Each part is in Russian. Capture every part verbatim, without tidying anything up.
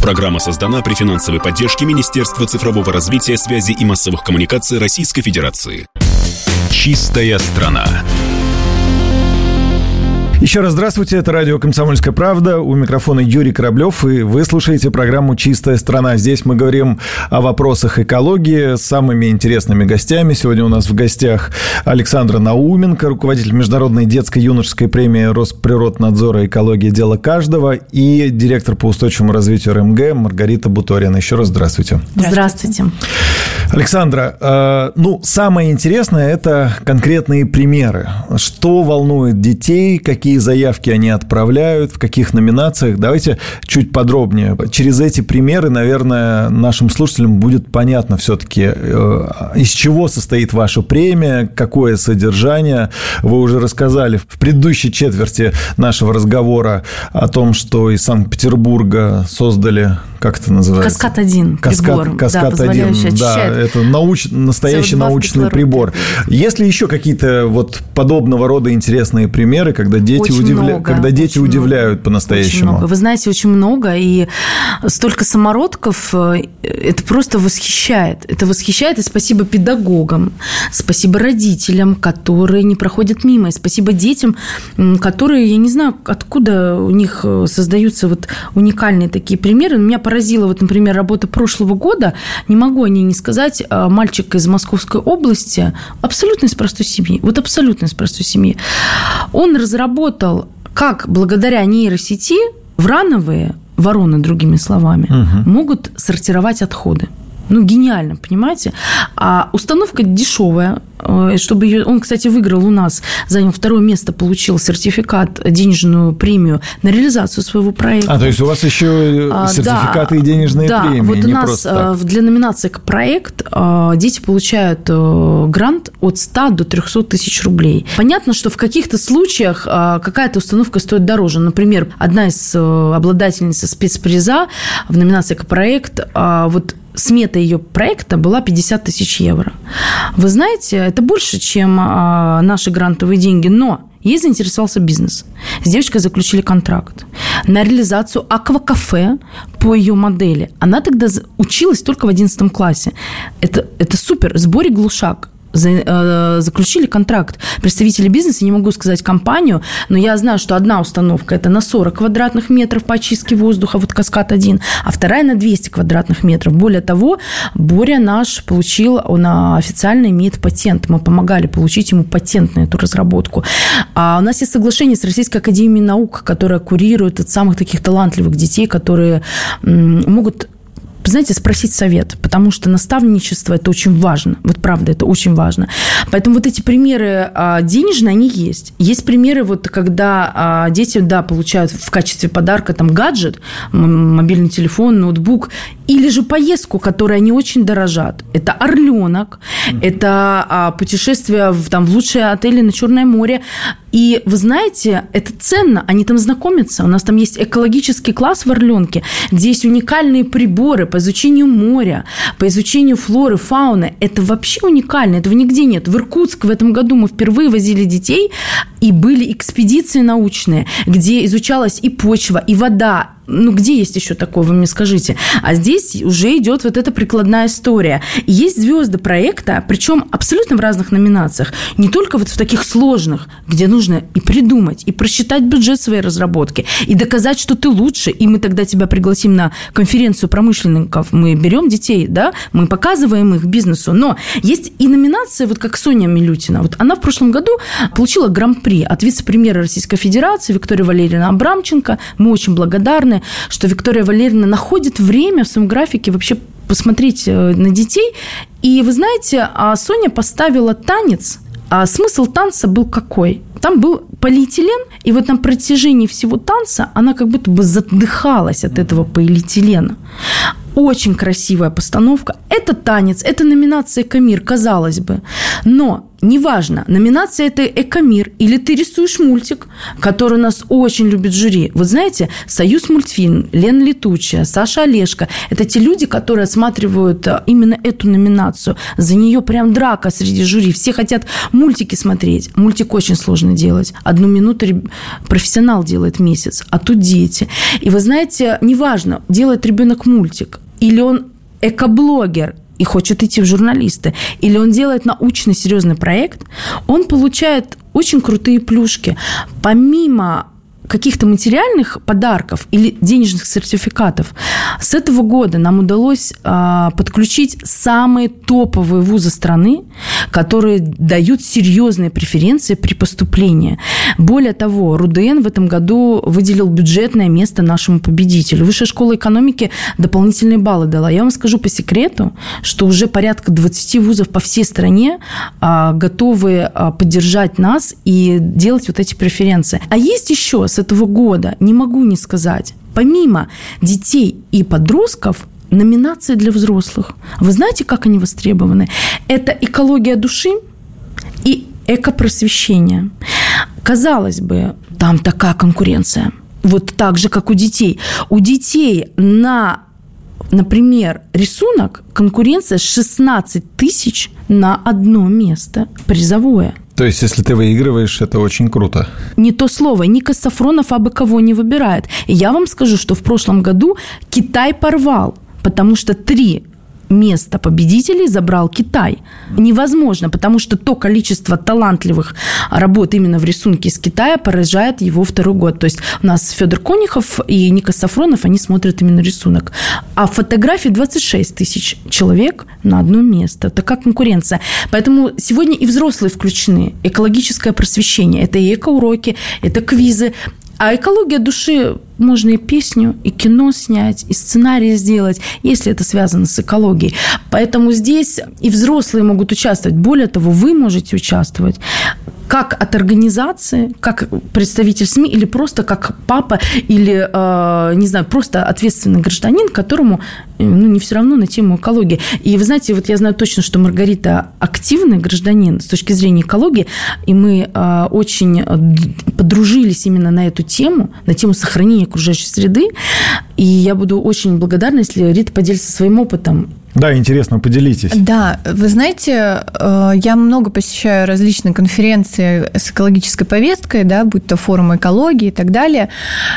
Программа создана при финансовой поддержке Министерства цифрового развития, связи и массовых коммуникаций Российской Федерации. Чистая страна. Еще раз здравствуйте, это радио «Комсомольская правда», у микрофона Юрий Кораблев, и вы слушаете программу «Чистая страна». Здесь мы говорим о вопросах экологии с самыми интересными гостями. Сегодня у нас в гостях Александра Науменко, руководитель международной детско-юношеской премии Росприроднадзора «Экология. Дело каждого», и директор по устойчивому развитию РМГ Маргарита Буторина. Еще раз здравствуйте. Здравствуйте. Александра, э, ну, самое интересное – это конкретные примеры. Что волнует детей, какие заявки они отправляют, в каких номинациях. Давайте чуть подробнее. Через эти примеры, наверное, нашим слушателям будет понятно все-таки, э, из чего состоит ваша премия, какое содержание. Вы уже рассказали в предыдущей четверти нашего разговора о том, что из Санкт-Петербурга создали, как это называется? Каскад один. Каскад, Каскад да, один, да, это науч, настоящий научный прибор. Есть ли еще какие-то вот подобного рода интересные примеры, когда дети, удивля... когда дети удивляют много. По-настоящему? Вы знаете, очень много, и столько самородков, это просто восхищает. Это восхищает, и спасибо педагогам, спасибо родителям, которые не проходят мимо, и спасибо детям, которые, я не знаю, откуда у них создаются вот уникальные такие примеры. Меня поразила, вот, например, работа прошлого года, не могу о ней не сказать, мальчик из Московской области, абсолютно из простой семьи, вот абсолютно из простой семьи. Он разработал, как благодаря нейросети врановые, вороны, другими словами, угу. могут сортировать отходы. Ну, гениально, понимаете? А установка дешевая, чтобы ее... Он, кстати, выиграл у нас, занял второе место, получил сертификат, денежную премию на реализацию своего проекта. А, то есть у вас еще сертификаты а, да, и денежные да, премии, вот не у нас просто так. Для номинации к проект дети получают грант от ста до трехсот тысяч рублей. Понятно, что в каких-то случаях какая-то установка стоит дороже. Например, одна из обладательниц спецприза в номинации к проект, вот смета ее проекта была пятьдесят тысяч евро. Вы знаете, это больше, чем наши грантовые деньги, но ей заинтересовался бизнес. С девочкой заключили контракт на реализацию аквакафе по ее модели. Она тогда училась только в одиннадцатом классе. Это, это супер. Сборе Глушак. Заключили контракт представители бизнеса, не могу сказать компанию, но я знаю, что одна установка – это на сорок квадратных метров по очистке воздуха, вот Каскад один, а вторая на двести квадратных метров. Более того, Боря наш получил, он официально имеет патент. Мы помогали получить ему патент на эту разработку. А у нас есть соглашение с Российской академией наук, которая курирует от самых таких талантливых детей, которые могут... знаете, спросить совет, потому что наставничество – это очень важно. Вот правда, это очень важно. Поэтому вот эти примеры денежные, они есть. Есть примеры, вот, когда дети, да, получают в качестве подарка там гаджет, мобильный телефон, ноутбук, или же поездку, которой они очень дорожат. Это «Орленок», mm-hmm. это путешествие в, там, в лучшие отели на Черное море. И вы знаете, это ценно, они там знакомятся. У нас там есть экологический класс в «Орленке», где есть уникальные приборы по изучению моря, по изучению флоры, фауны. Это вообще уникально, этого нигде нет. В Иркутск в этом году мы впервые возили детей, и были экспедиции научные, где изучалась и почва, и вода. Ну, где есть еще такое, вы мне скажите? А здесь уже идет вот эта прикладная история. И есть звезды проекта, причем абсолютно в разных номинациях. Не только вот в таких сложных, где нужно и придумать, и просчитать бюджет своей разработки, и доказать, что ты лучше, и мы тогда тебя пригласим на конференцию промышленников. Мы берем детей, да, мы показываем их бизнесу. Но есть и номинация, вот как Соня Милютина. Вот она в прошлом году получила гран-при от вице-премьера Российской Федерации Виктории Валерьевны Абрамченко. Мы очень благодарны, что Виктория Валерьевна находит время в своем графике вообще посмотреть на детей. И вы знаете, Соня поставила танец. А смысл танца был какой? Там был полиэтилен, и вот на протяжении всего танца она как будто бы задыхалась от этого полиэтилена. Очень красивая постановка. Это танец, это номинация «Камир», казалось бы. Но неважно, номинация это «Экомир» или ты рисуешь мультик, который у нас очень любит жюри. Вот знаете, «Союз мультфильм», Лена Летучая, Саша Олешко – это те люди, которые отсматривают именно эту номинацию. За нее прям драка среди жюри. Все хотят мультики смотреть. Мультик очень сложно делать. Одну минуту профессионал делает месяц, а тут дети. И вы знаете, неважно, делает ребенок мультик или он экоблогер и хочет идти в журналисты, или он делает научный серьезный проект, он получает очень крутые плюшки. Помимо каких-то материальных подарков или денежных сертификатов, с этого года нам удалось а, подключить самые топовые вузы страны, которые дают серьезные преференции при поступлении. Более того, РУДН в этом году выделил бюджетное место нашему победителю. Высшая школа экономики дополнительные баллы дала. Я вам скажу по секрету, что уже порядка двадцать вузов по всей стране а, готовы а, поддержать нас и делать вот эти преференции. А есть еще с этого года, не могу не сказать, помимо детей и подростков, номинации для взрослых. Вы знаете, как они востребованы? Это экология души и экопросвещение. Казалось бы, там такая конкуренция. Вот так же, как у детей. У детей на, например, рисунок конкуренция шестнадцать тысяч на одно место призовое. То есть, если ты выигрываешь, это очень круто. Не то слово. Ника Сафронов абы кого не выбирает. И я вам скажу, что в прошлом году Китай порвал, потому что три место победителей забрал Китай. Невозможно, потому что то количество талантливых работ именно в рисунке из Китая поражает его второй год. То есть у нас Федор Конюхов и Ника Сафронов, они смотрят именно рисунок. А фотографии двадцать шесть тысяч человек на одно место. Такая конкуренция. Поэтому сегодня и взрослые включены. Экологическое просвещение. Это и экоуроки, это квизы. А экология души можно и песню, и кино снять, и сценарий сделать, если это связано с экологией. Поэтому здесь и взрослые могут участвовать. Более того, вы можете участвовать как от организации, как представитель СМИ, или просто как папа, или, э, не знаю, просто ответственный гражданин, которому ну, не все равно на тему экологии. И вы знаете, вот я знаю точно, что Маргарита активный гражданин с точки зрения экологии, и мы э, очень подружились именно на эту тему, на тему сохранения окружающей среды. И я буду очень благодарна, если Рита поделится своим опытом. Да, интересно, поделитесь. Да, вы знаете, я много посещаю различные конференции с экологической повесткой, да, будь то форум экологии и так далее,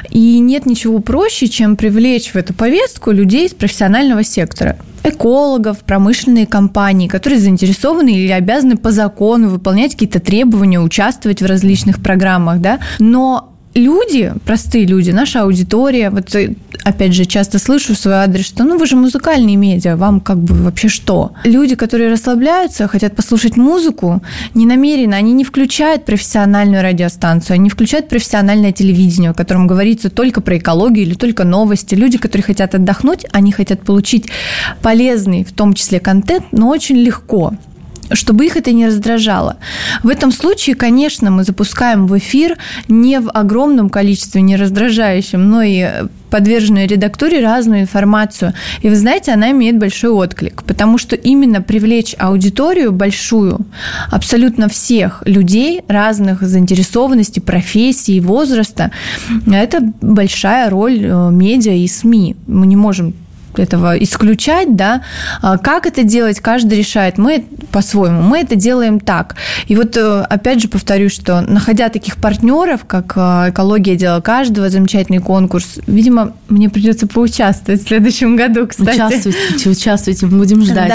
и нет ничего проще, чем привлечь в эту повестку людей из профессионального сектора. Экологов, промышленные компании, которые заинтересованы или обязаны по закону выполнять какие-то требования, участвовать в различных программах, да, но люди, простые люди, наша аудитория, вот опять же часто слышу в свой адрес, что ну вы же музыкальные медиа, вам как бы вообще что? Люди, которые расслабляются, хотят послушать музыку, не намеренно, они не включают профессиональную радиостанцию, они включают профессиональное телевидение, в котором говорится только про экологию или только новости. Люди, которые хотят отдохнуть, они хотят получить полезный, в том числе, контент, но очень легко, чтобы их это не раздражало. В этом случае, конечно, мы запускаем в эфир не в огромном количестве, не раздражающем, но и подверженную редактуре разную информацию. И вы знаете, она имеет большой отклик, потому что именно привлечь аудиторию большую, абсолютно всех людей, разных заинтересованностей, профессий, возраста, это большая роль медиа и СМИ. Мы не можем этого исключать, да, как это делать, каждый решает, мы по-своему, мы это делаем так. И вот опять же повторюсь, что находя таких партнеров, как «Экология – дело каждого», замечательный конкурс, видимо, мне придется поучаствовать в следующем году, кстати. Участвуйте, участвуйте, будем ждать.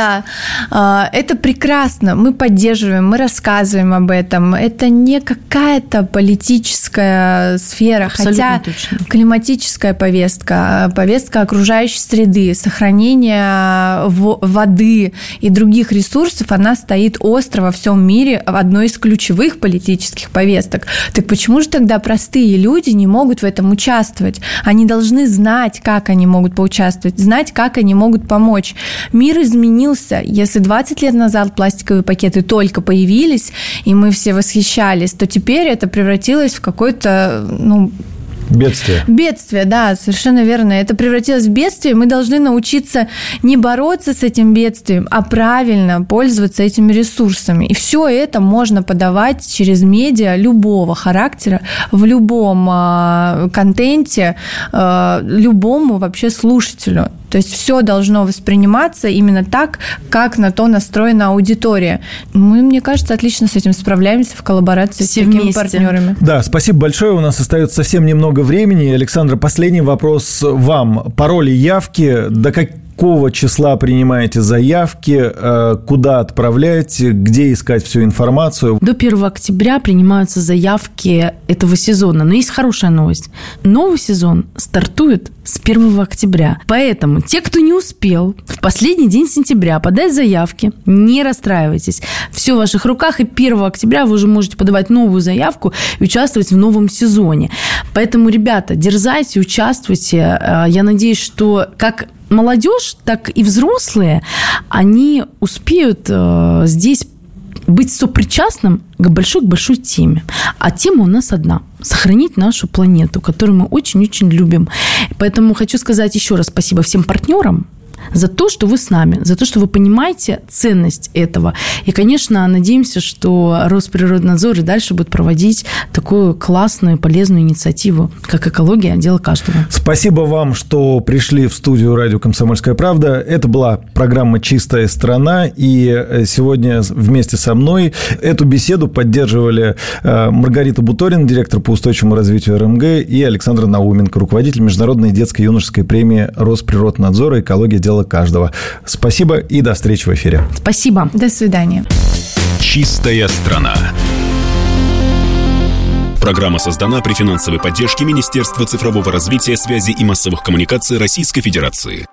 Да, это прекрасно, мы поддерживаем, мы рассказываем об этом, это не какая-то политическая сфера, абсолютно хотя точно. Климатическая повестка, повестка окружающей среды, сохранение воды и других ресурсов, она стоит остро во всем мире в одной из ключевых политических повесток. Так почему же тогда простые люди не могут в этом участвовать? Они должны знать, как они могут поучаствовать, знать, как они могут помочь. Мир изменился. Если двадцать лет назад пластиковые пакеты только появились, и мы все восхищались, то теперь это превратилось в какой-то, ну, Бедствие. Бедствие, да, совершенно верно. Это превратилось в бедствие. Мы должны научиться не бороться с этим бедствием, а правильно пользоваться этими ресурсами. И все это можно подавать через медиа любого характера, в любом э, контенте, э, любому вообще слушателю. То есть все должно восприниматься именно так, как на то настроена аудитория. Мы, мне кажется, отлично с этим справляемся в коллаборации все с такими вместе. партнерами. Да, спасибо большое. У нас остается совсем немного времени. Александра, последний вопрос вам. Пароли, явки, до какого числа принимаете заявки, куда отправляете, где искать всю информацию? До первого октября принимаются заявки этого сезона. Но есть хорошая новость. Новый сезон стартует с первого октября. Поэтому те, кто не успел в последний день сентября подать заявки, не расстраивайтесь. Все в ваших руках, и первого октября вы уже можете подавать новую заявку и участвовать в новом сезоне. Поэтому, ребята, дерзайте, участвуйте. Я надеюсь, что как молодежь, так и взрослые, они успеют здесь быть сопричастным к большой-большой теме. А тема у нас одна – сохранить нашу планету, которую мы очень-очень любим. Поэтому хочу сказать еще раз спасибо всем партнерам за то, что вы с нами, за то, что вы понимаете ценность этого. И, конечно, надеемся, что Росприроднадзор и дальше будет проводить такую классную, полезную инициативу, как экология – дело каждого. Спасибо вам, что пришли в студию радио «Комсомольская правда». Это была программа «Чистая страна». И сегодня вместе со мной эту беседу поддерживали Маргарита Буторина, директор по устойчивому развитию эр эм гэ, и Александра Науменко, руководитель Международной детской юношеской премии Росприроднадзора «Экология – дело каждого». Спасибо и до встречи в эфире. Спасибо. До свидания. «Чистая страна». Программа создана при финансовой поддержке Министерства цифрового развития, связи и массовых коммуникаций Российской Федерации.